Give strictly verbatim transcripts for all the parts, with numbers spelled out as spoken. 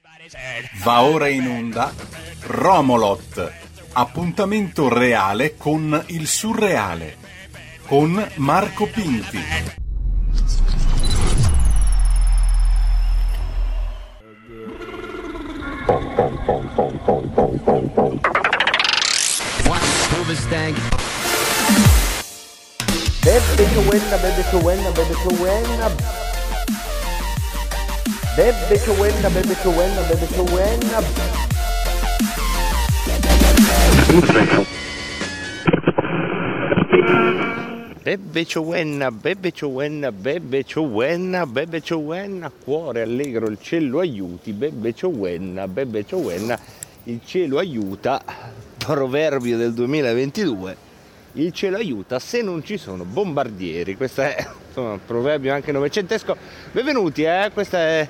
Va ora in onda Romolot, appuntamento reale con il surreale, con Marco Pinti. Bebe che wenna, bebe che wenna, bebe che wenna. Bebe che wenna, bebe che wenna, bebe che wenna. Bebe ciowenna, bebe ciowenna, bebe ciowenna, bebe ciowenna, cuore allegro, il cielo aiuti, bebe ciowenna, bebe ciowenna, il cielo aiuta, proverbio del duemilaventidue, il cielo aiuta se non ci sono bombardieri. Questo è insomma un proverbio anche novecentesco. Benvenuti, eh, questa è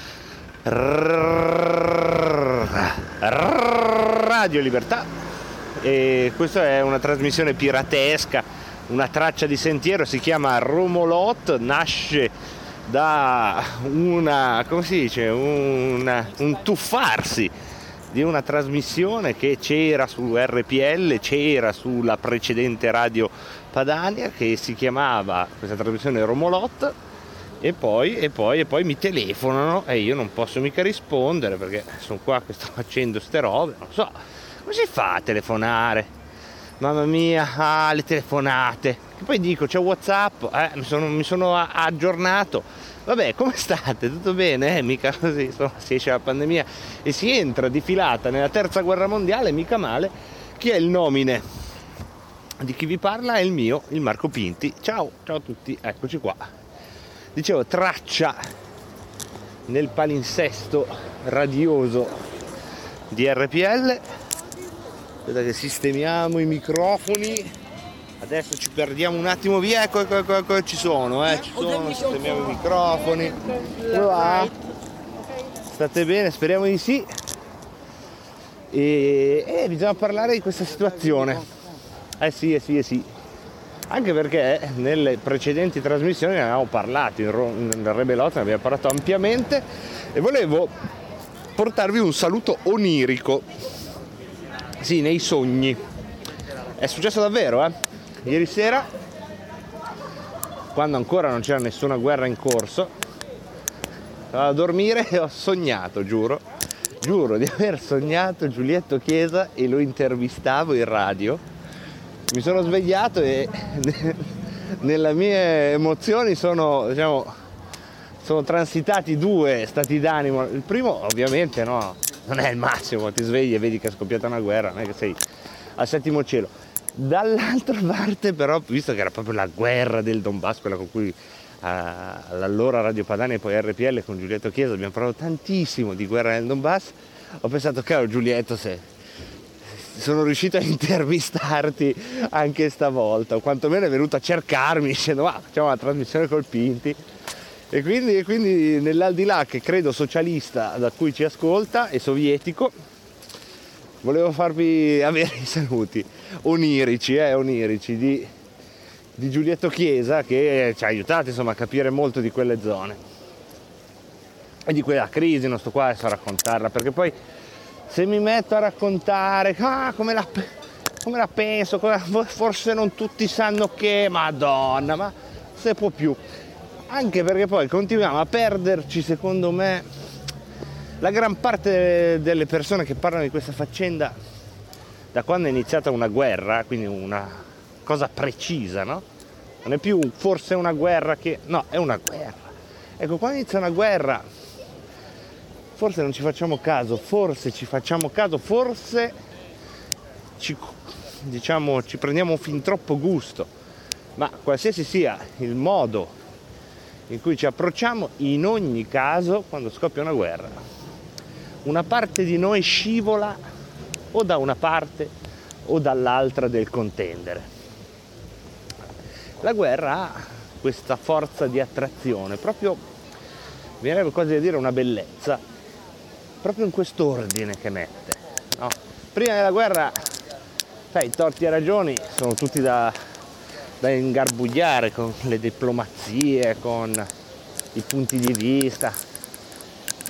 Radio Libertà e questa è una trasmissione piratesca, una traccia di sentiero, si chiama Romolot, nasce da una, come si dice, una, un tuffarsi di una trasmissione che c'era su R P L, c'era sulla precedente Radio Padania, che si chiamava, questa trasmissione, Romolot, e poi, e poi, e poi mi telefonano e io non posso mica rispondere perché sono qua che sto facendo ste robe, non so, come si fa a telefonare? Mamma mia, ah, le telefonate. E poi dico, c'è WhatsApp, eh, mi sono, mi sono aggiornato. Vabbè, come state? Tutto bene? Eh, mica così, insomma, si esce dalla pandemia e si entra di filata nella terza guerra mondiale, mica male. Chi è il nomine di chi vi parla? È il mio, il Marco Pinti. Ciao, ciao a tutti, eccoci qua. Dicevo, traccia nel palinsesto radioso di R P L. Aspetta che sistemiamo i microfoni. Adesso ci perdiamo un attimo via. Ecco, ecco, ecco, ecco ci sono, eh, ci sono, sistemiamo i microfoni. Come va? State bene? Speriamo di sì. E, e bisogna parlare di questa situazione. Eh sì, eh sì, eh sì. Anche perché nelle precedenti trasmissioni ne avevamo parlato, in Rebelot ne abbiamo parlato ampiamente e volevo portarvi un saluto onirico. Sì, nei sogni. È successo davvero, eh? Ieri sera, quando ancora non c'era nessuna guerra in corso, andavo a dormire e ho sognato, giuro, giuro di aver sognato Giulietto Chiesa e lo intervistavo in radio. Mi sono svegliato e nelle mie emozioni sono, diciamo, sono transitati due stati d'animo. Il primo, ovviamente, no, non è il massimo, ti svegli e vedi che è scoppiata una guerra, non è che sei al settimo cielo. Dall'altra parte però, visto che era proprio la guerra del Donbass, quella con cui uh, all'allora Radio Padania e poi R P L con Giulietto Chiesa abbiamo parlato tantissimo di guerra nel Donbass, ho pensato, caro Giulietto, se sono riuscito a intervistarti anche stavolta, o quantomeno è venuto a cercarmi dicendo ma facciamo una trasmissione col Pinti. E quindi, e quindi nell'aldilà che credo socialista da cui ci ascolta e sovietico, volevo farvi avere i saluti onirici, eh, onirici di, di Giulietto Chiesa, che ci ha aiutato insomma a capire molto di quelle zone e di quella crisi. Non sto qua adesso a raccontarla, perché poi se mi metto a raccontare ah, come, la, come la penso, forse non tutti sanno che, madonna, ma se può più. Anche perché poi continuiamo a perderci, secondo me, la gran parte delle persone che parlano di questa faccenda da quando è iniziata una guerra, quindi una cosa precisa, no? Non è più forse una guerra che... no, è una guerra. Ecco, quando inizia una guerra, forse non ci facciamo caso, forse ci facciamo caso, forse ci, diciamo, ci prendiamo fin troppo gusto, ma qualsiasi sia il modo in cui ci approcciamo, in ogni caso, quando scoppia una guerra, una parte di noi scivola o da una parte o dall'altra del contendere. La guerra ha questa forza di attrazione, proprio, mi viene quasi da dire una bellezza, proprio in quest'ordine che mette, no? Prima della guerra, sai, i torti e ragioni sono tutti da, da ingarbugliare con le diplomazie, con i punti di vista.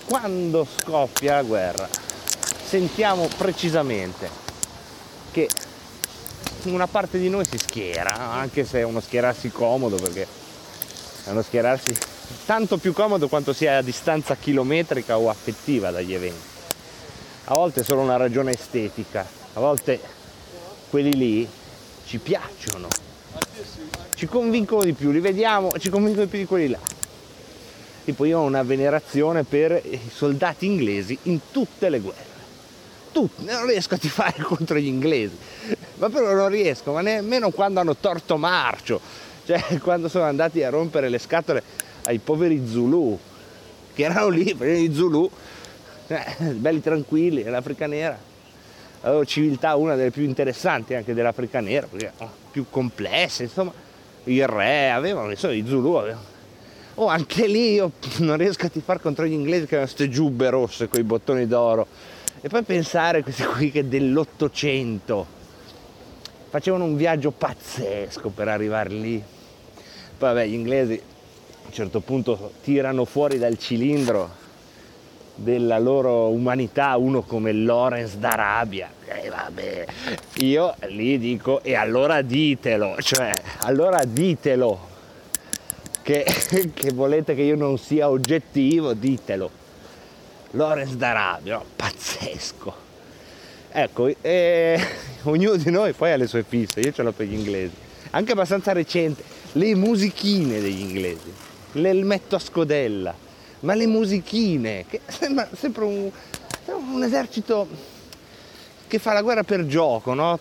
quando scoppia la guerra sentiamo precisamente che una parte di noi si schiera, anche se è uno schierarsi comodo, perché è uno schierarsi tanto più comodo quanto sia a distanza chilometrica o affettiva dagli eventi. A volte è solo una ragione estetica, a volte quelli lì ci piacciono, ci convincono di più, li vediamo, ci convincono di più di quelli là. Tipo io ho una venerazione per i soldati inglesi in tutte le guerre, tutte, non riesco a tifare contro gli inglesi, ma però non riesco, ma nemmeno quando hanno torto marcio, cioè quando sono andati a rompere le scatole ai poveri Zulu, che erano lì, i Zulu, eh, belli tranquilli, nell'Africa Nera, la loro civiltà una delle più interessanti anche dell'Africa Nera, perché oh, più complesse, insomma, il re avevano, insomma, i Zulu avevano. Oh, anche lì io non riesco a tifare contro gli inglesi che avevano queste giubbe rosse con i bottoni d'oro. E poi pensare a questi qui che dell'Ottocento facevano un viaggio pazzesco per arrivare lì. Poi vabbè, gli inglesi a un certo punto tirano fuori dal cilindro della loro umanità uno come Lawrence d'Arabia. E vabbè, io lì dico, e allora ditelo, cioè, allora ditelo. Che, che volete che io non sia oggettivo, ditelo. Lawrence d'Arabia, no? Pazzesco. Ecco, eh, ognuno di noi poi ha le sue fisse, io ce l'ho per gli inglesi, anche abbastanza recente, le musichine degli inglesi, le metto a scodella, ma le musichine, che sembra sempre un, un esercito che fa la guerra per gioco, no?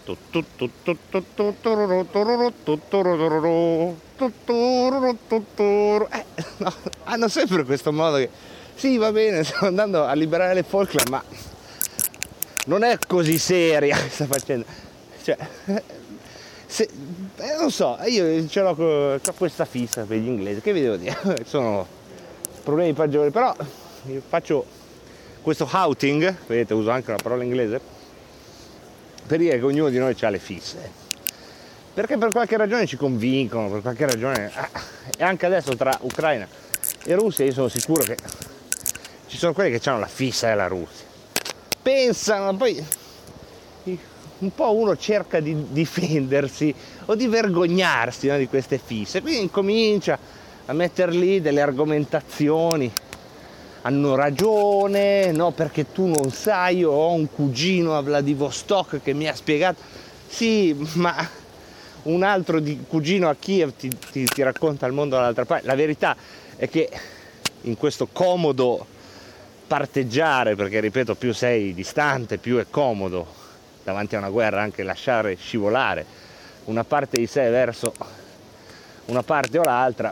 Eh, no, hanno sempre questo modo che sì, va bene, stiamo andando a liberare le Falkland, ma non è così seria questa faccenda, cioè se, eh, non so, io ce l'ho con questa fissa per gli inglesi, che vi devo dire, sono problemi peggiori, però io faccio questo outing, vedete, uso anche una parola inglese per dire che ognuno di noi ha le fisse, perché per qualche ragione ci convincono, per qualche ragione, e anche adesso tra Ucraina e Russia io sono sicuro che ci sono quelli che hanno la fissa della Russia, pensano, poi un po' uno cerca di difendersi o di vergognarsi, no, di queste fisse, quindi incomincia a metter lì delle argomentazioni, hanno ragione, no, perché tu non sai, io ho un cugino a Vladivostok che mi ha spiegato, sì, ma un altro di cugino a Kiev ti, ti, ti racconta il mondo dall'altra parte. La verità è che in questo comodo parteggiare, perché ripeto, più sei distante, più è comodo davanti a una guerra anche lasciare scivolare una parte di sé verso una parte o l'altra,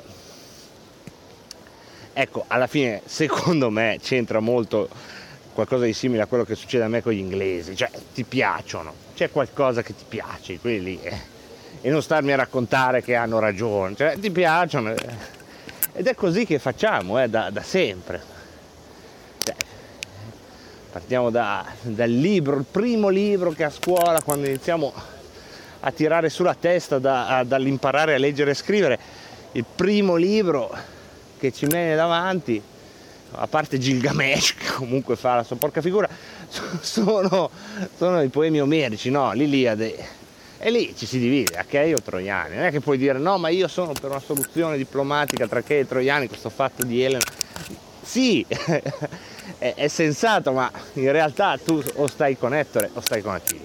ecco, alla fine secondo me c'entra molto qualcosa di simile a quello che succede a me con gli inglesi, cioè ti piacciono, c'è qualcosa che ti piace, quelli lì, eh. E non starmi a raccontare che hanno ragione, cioè ti piacciono, eh. Ed è così che facciamo, eh, da, da sempre. Cioè, partiamo da, dal libro, il primo libro che a scuola, quando iniziamo a tirare sulla testa da, a, dall'imparare a leggere e scrivere, il primo libro che ci viene davanti, a parte Gilgamesh che comunque fa la sua porca figura, sono, sono i poemi omerici, no? L'Iliade. E lì ci si divide, Achei o Troiani. Non è che puoi dire no, ma io sono per una soluzione diplomatica tra Achei e Troiani, questo fatto di Elena. Sì, è, è sensato, ma in realtà tu o stai con Ettore o stai con Achille.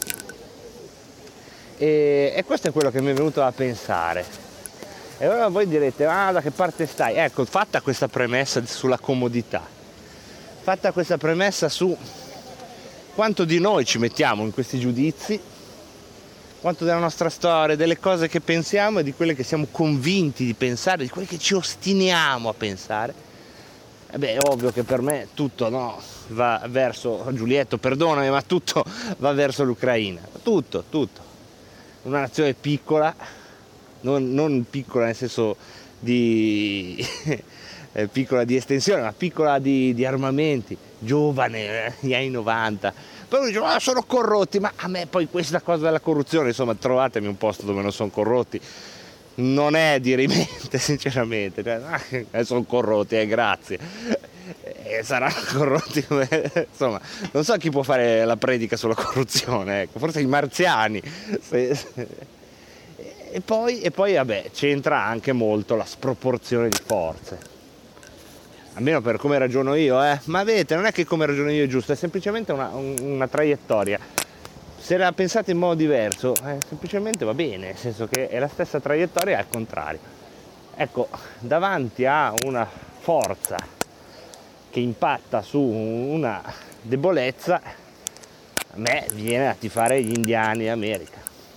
E, e questo è quello che mi è venuto a pensare. E allora voi direte, ah, da che parte stai? Ecco, fatta questa premessa sulla comodità, fatta questa premessa su quanto di noi ci mettiamo in questi giudizi, quanto della nostra storia, delle cose che pensiamo e di quelle che siamo convinti di pensare, di quelle che ci ostiniamo a pensare. E beh, è ovvio che per me tutto, no, va verso, Giulietto, perdonami, ma tutto va verso l'Ucraina. Tutto, tutto. Una nazione piccola, non, non piccola nel senso di piccola di estensione, ma piccola di, di armamenti, giovane, eh, negli anni novanta. Poi uno dice, ah, sono corrotti, ma a me poi questa cosa della corruzione, insomma, trovatemi un posto dove non sono corrotti, non è dirimente, sinceramente, cioè, ah, sono corrotti, eh, grazie, e saranno corrotti come, insomma, non so chi può fare la predica sulla corruzione, ecco, forse i marziani. Se, se. E poi, e poi vabbè, c'entra anche molto la sproporzione di forze, almeno per come ragiono io, eh. Ma vedete, non è che come ragiono io è giusto, è semplicemente una, una traiettoria. Se la pensate in modo diverso, eh, semplicemente va bene, nel senso che è la stessa traiettoria al contrario. Ecco, davanti a una forza che impatta su una debolezza, a me viene a tifare gli indiani d'America,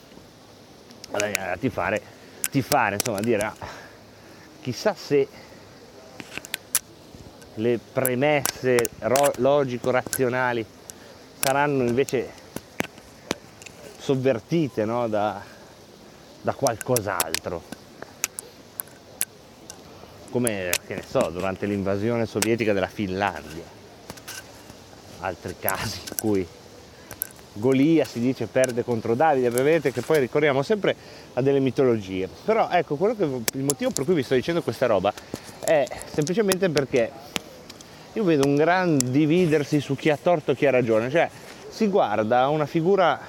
a tifare, tifare insomma, a dire, ah, chissà se le premesse ro- logico-razionali saranno invece sovvertite, no? da, da qualcos'altro, come, che ne so, durante l'invasione sovietica della Finlandia, altri casi in cui Golia si dice perde contro Davide, vedete che poi ricorriamo sempre a delle mitologie. Però ecco, quello che, il motivo per cui vi sto dicendo questa roba è semplicemente perché io vedo un gran dividersi su chi ha torto e chi ha ragione, cioè si guarda una figura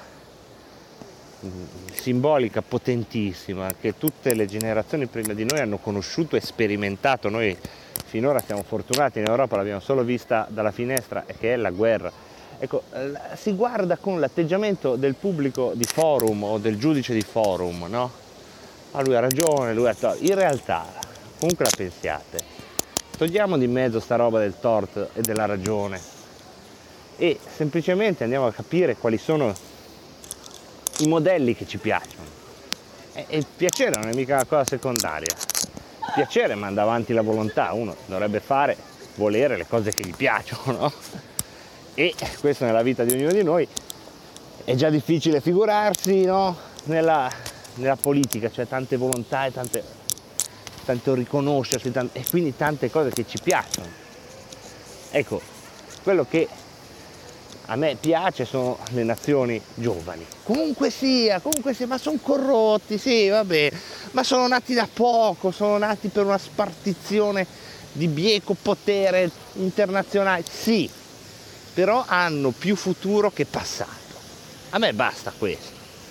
simbolica potentissima che tutte le generazioni prima di noi hanno conosciuto e sperimentato. Noi finora siamo fortunati, in Europa l'abbiamo solo vista dalla finestra, e che è la guerra. Ecco, si guarda con l'atteggiamento del pubblico di forum o del giudice di forum, no? Ah, lui ha ragione, lui ha torto. In realtà, comunque la pensiate, togliamo di mezzo sta roba del torto e della ragione e semplicemente andiamo a capire quali sono i modelli che ci piacciono. E, e il piacere non è mica una cosa secondaria. Il piacere manda avanti la volontà, uno dovrebbe fare, volere le cose che gli piacciono, no? E questo nella vita di ognuno di noi è già difficile figurarsi, no? Nella, nella politica, cioè tante volontà e tante, tanto riconoscersi, tante, e quindi tante cose che ci piacciono. Ecco, quello che a me piace sono le nazioni giovani, comunque sia, comunque sia, ma sono corrotti, sì, vabbè, ma sono nati da poco, sono nati per una spartizione di bieco potere internazionale, sì, però hanno più futuro che passato. A me basta questo.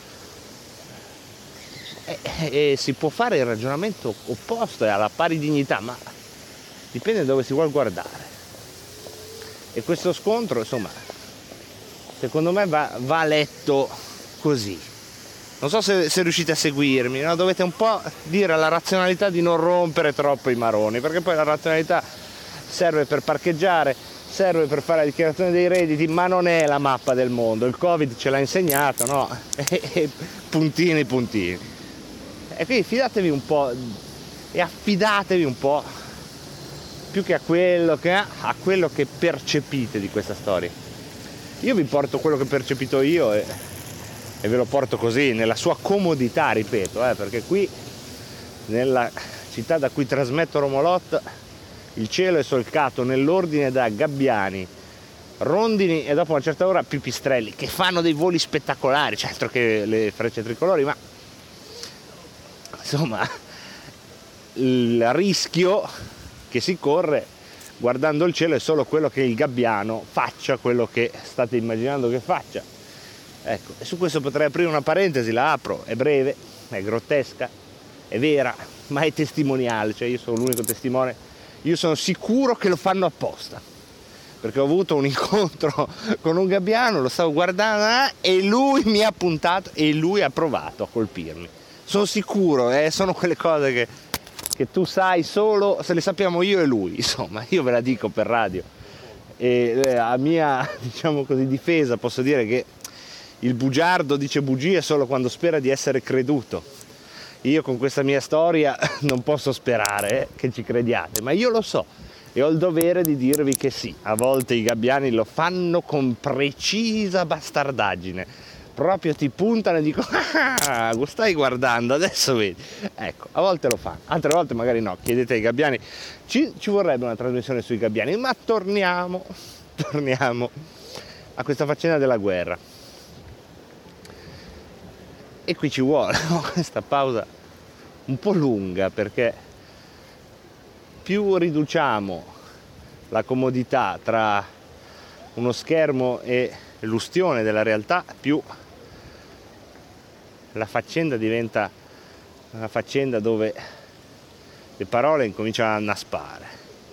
E, e, e si può fare il ragionamento opposto, è alla pari dignità, ma dipende da dove si vuole guardare. E questo scontro, insomma, secondo me va, va letto così. Non so se, se riuscite a seguirmi, no? Dovete un po' dire alla razionalità di non rompere troppo i maroni, perché poi la razionalità serve per parcheggiare, serve per fare la dichiarazione dei redditi, ma non è la mappa del mondo. Il Covid ce l'ha insegnato, no? E, e puntini puntini. E quindi fidatevi un po' e affidatevi un po' più che a quello che a quello che percepite di questa storia. Io vi porto quello che ho percepito io e, e ve lo porto così, nella sua comodità, ripeto, eh, perché qui, nella città da cui trasmetto Romolot, il cielo è solcato nell'ordine da gabbiani, rondini e dopo una certa ora pipistrelli, che fanno dei voli spettacolari, certo che le frecce tricolori, ma insomma il rischio che si corre guardando il cielo è solo quello che il gabbiano faccia quello che state immaginando che faccia. Ecco, e su questo potrei aprire una parentesi, la apro, è breve, è grottesca, è vera, ma è testimoniale, cioè io sono l'unico testimone, io sono sicuro che lo fanno apposta, perché ho avuto un incontro con un gabbiano, lo stavo guardando eh, e lui mi ha puntato e lui ha provato a colpirmi. Sono sicuro, eh, sono quelle cose che che tu sai solo se le sappiamo io e lui, insomma, io ve la dico per radio. E eh, a mia, diciamo così, difesa posso dire che il bugiardo dice bugie solo quando spera di essere creduto. Io con questa mia storia non posso sperare eh, che ci crediate, ma io lo so e ho il dovere di dirvi che sì, a volte i gabbiani lo fanno con precisa bastardaggine. Proprio ti puntano e dicono ah, stai guardando, adesso vedi. Ecco, a volte lo fanno, altre volte magari no, chiedete ai gabbiani. Ci, ci vorrebbe una trasmissione sui gabbiani, ma torniamo, torniamo a questa faccenda della guerra. E qui ci vuole, no? Questa pausa un po' lunga, perché più riduciamo la comodità tra uno schermo e l'ustione della realtà, più la faccenda diventa una faccenda dove le parole incominciano a annaspare.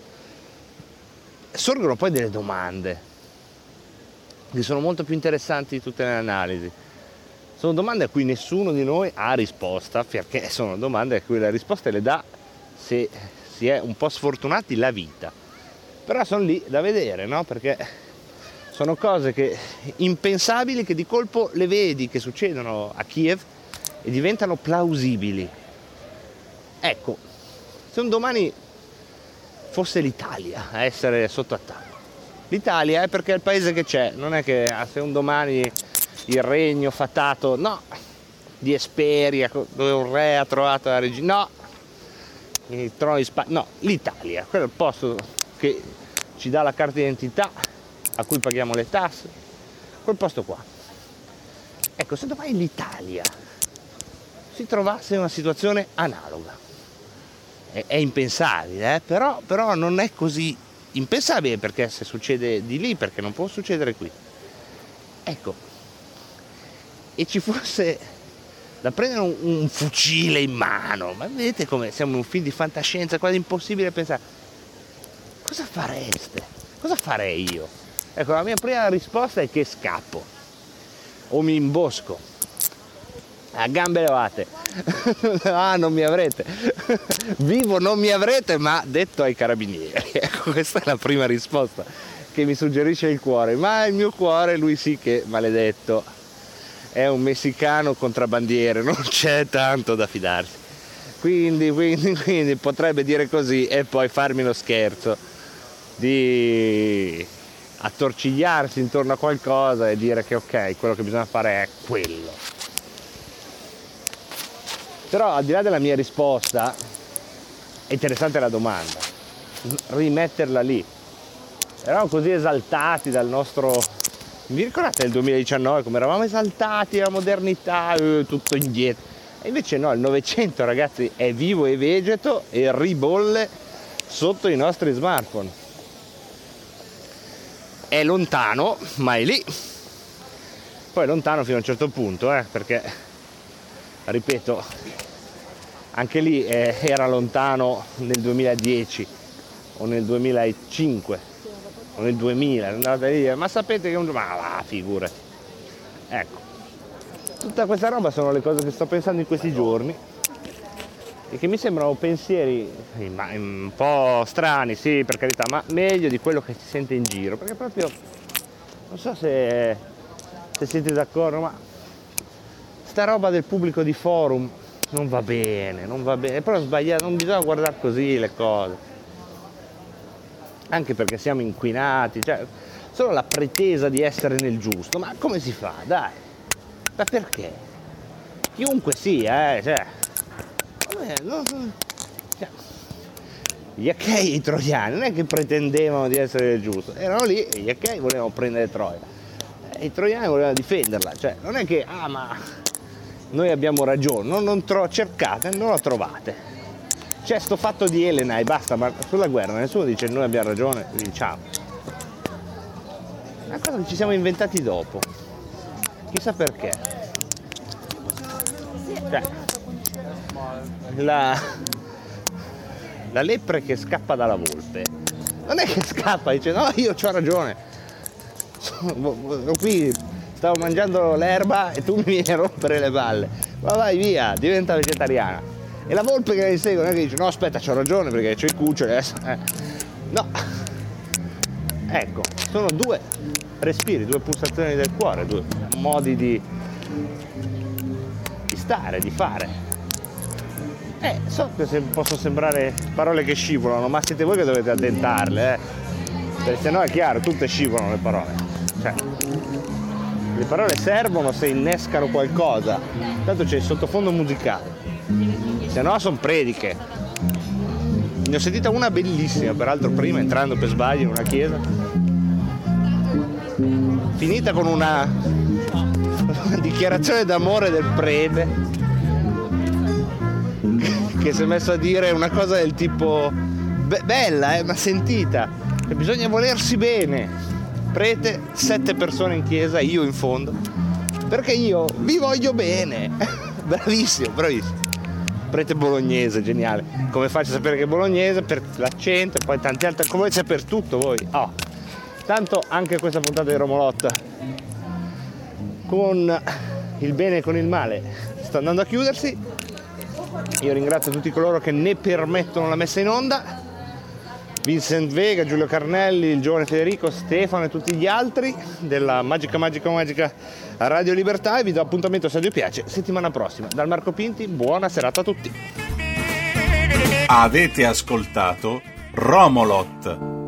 Sorgono poi delle domande che sono molto più interessanti di tutte le analisi. Sono domande a cui nessuno di noi ha risposta, perché sono domande a cui le risposte le dà, se si è un po' sfortunati, la vita. Però sono lì da vedere, no? Perché sono cose che impensabili, che di colpo le vedi che succedono a Kiev e diventano plausibili. Ecco, se un domani fosse l'Italia a essere sotto attacco, l'Italia è perché è il paese che c'è, non è che se un domani il regno fatato, no, di Esperia, dove un re ha trovato la regina, no, il trono di Spagna, no, l'Italia, quello è il posto che ci dà la carta d'identità, a cui paghiamo le tasse, quel posto qua. Ecco, se domani l'Italia si trovasse in una situazione analoga, è, è impensabile, eh? però, però non è così impensabile, perché se succede di lì, perché non può succedere qui. Ecco, e ci fosse da prendere un, un fucile in mano, ma vedete come siamo in un film di fantascienza, quasi impossibile pensare, cosa fareste? Cosa farei io? Ecco, la mia prima risposta è che scappo o mi imbosco a gambe levate. Ah, non mi avrete, vivo non mi avrete, ma detto ai carabinieri. Ecco, questa è la prima risposta che mi suggerisce il cuore, ma il mio cuore, lui sì che maledetto è un messicano contrabbandiere, non c'è tanto da fidarsi, quindi, quindi, quindi potrebbe dire così e poi farmi lo scherzo di attorcigliarsi intorno a qualcosa e dire che ok, quello che bisogna fare è quello. Però al di là della mia risposta è interessante la domanda, rimetterla lì. Eravamo così esaltati dal nostro, vi ricordate nel duemiladiciannove come eravamo esaltati dalla modernità, eh, tutto indietro, e invece no, il Novecento, ragazzi, è vivo e vegeto e ribolle sotto i nostri smartphone. È lontano, ma è lì. Poi è lontano fino a un certo punto, eh, perché, ripeto, anche lì eh, era lontano nel duemiladieci o nel duemilacinque o nel duemila, andate a dire, ma sapete che un ma va, figurati. Ecco, tutta questa roba sono le cose che sto pensando in questi giorni e che mi sembrano pensieri un po' strani, sì, per carità, ma meglio di quello che si sente in giro, perché proprio, non so se, se siete d'accordo, ma sta roba del pubblico di forum non va bene, non va bene, però è sbagliato, non bisogna guardare così le cose, anche perché siamo inquinati, cioè solo la pretesa di essere nel giusto, ma come si fa, dai, ma perché? Chiunque sia, eh, cioè, non, cioè gli achei e i troiani non è che pretendevano di essere nel giusto, erano lì e gli achei volevano prendere Troia e i troiani volevano difenderla, cioè non è che, ah ma noi abbiamo ragione, non, non tro- cercate, non la trovate. C'è sto fatto di Elena e basta, ma sulla guerra nessuno dice noi abbiamo ragione, diciamo. È una cosa che ci siamo inventati dopo. Chissà perché. Cioè, la, la lepre che scappa dalla volpe. Non è che scappa, dice no, io c'ho ragione. Sono qui, stavo mangiando l'erba e tu mi vieni a rompere le balle. Ma vai via, diventa vegetariana. E la volpe che la insegue non è che dice no aspetta c'ho ragione perché c'ho i cuccioli adesso. Eh. No. Ecco, sono due respiri, due pulsazioni del cuore, due modi di, di stare, di fare. Eh, so che se possono sembrare parole che scivolano, ma siete voi che dovete addentarle, eh. Perché sennò è chiaro, tutte scivolano le parole. Cioè, le parole servono se innescano qualcosa. Tanto c'è il sottofondo musicale. Se no sono prediche. Ne ho sentita una bellissima, peraltro prima entrando per sbaglio in una chiesa, finita con una, una dichiarazione d'amore del prete che si è messo a dire una cosa del tipo be- bella, eh, ma sentita, che bisogna volersi bene. Prete, sette persone in chiesa, io in fondo, perché io vi voglio bene. Bravissimo, bravissimo. Prete bolognese, geniale. Come faccio a sapere che è bolognese? Per l'accento e poi tanti altri, come c'è per tutto voi. Oh. Tanto anche questa puntata di Romolotta, con il bene e con il male, sta andando a chiudersi. Io ringrazio tutti coloro che ne permettono la messa in onda: Vincent Vega, Giulio Carnelli, il giovane Federico, Stefano e tutti gli altri della magica magica magica Radio Libertà, e vi do appuntamento, se vi piace, settimana prossima. Dal Marco Pinti, buona serata a tutti. Avete ascoltato Romolot.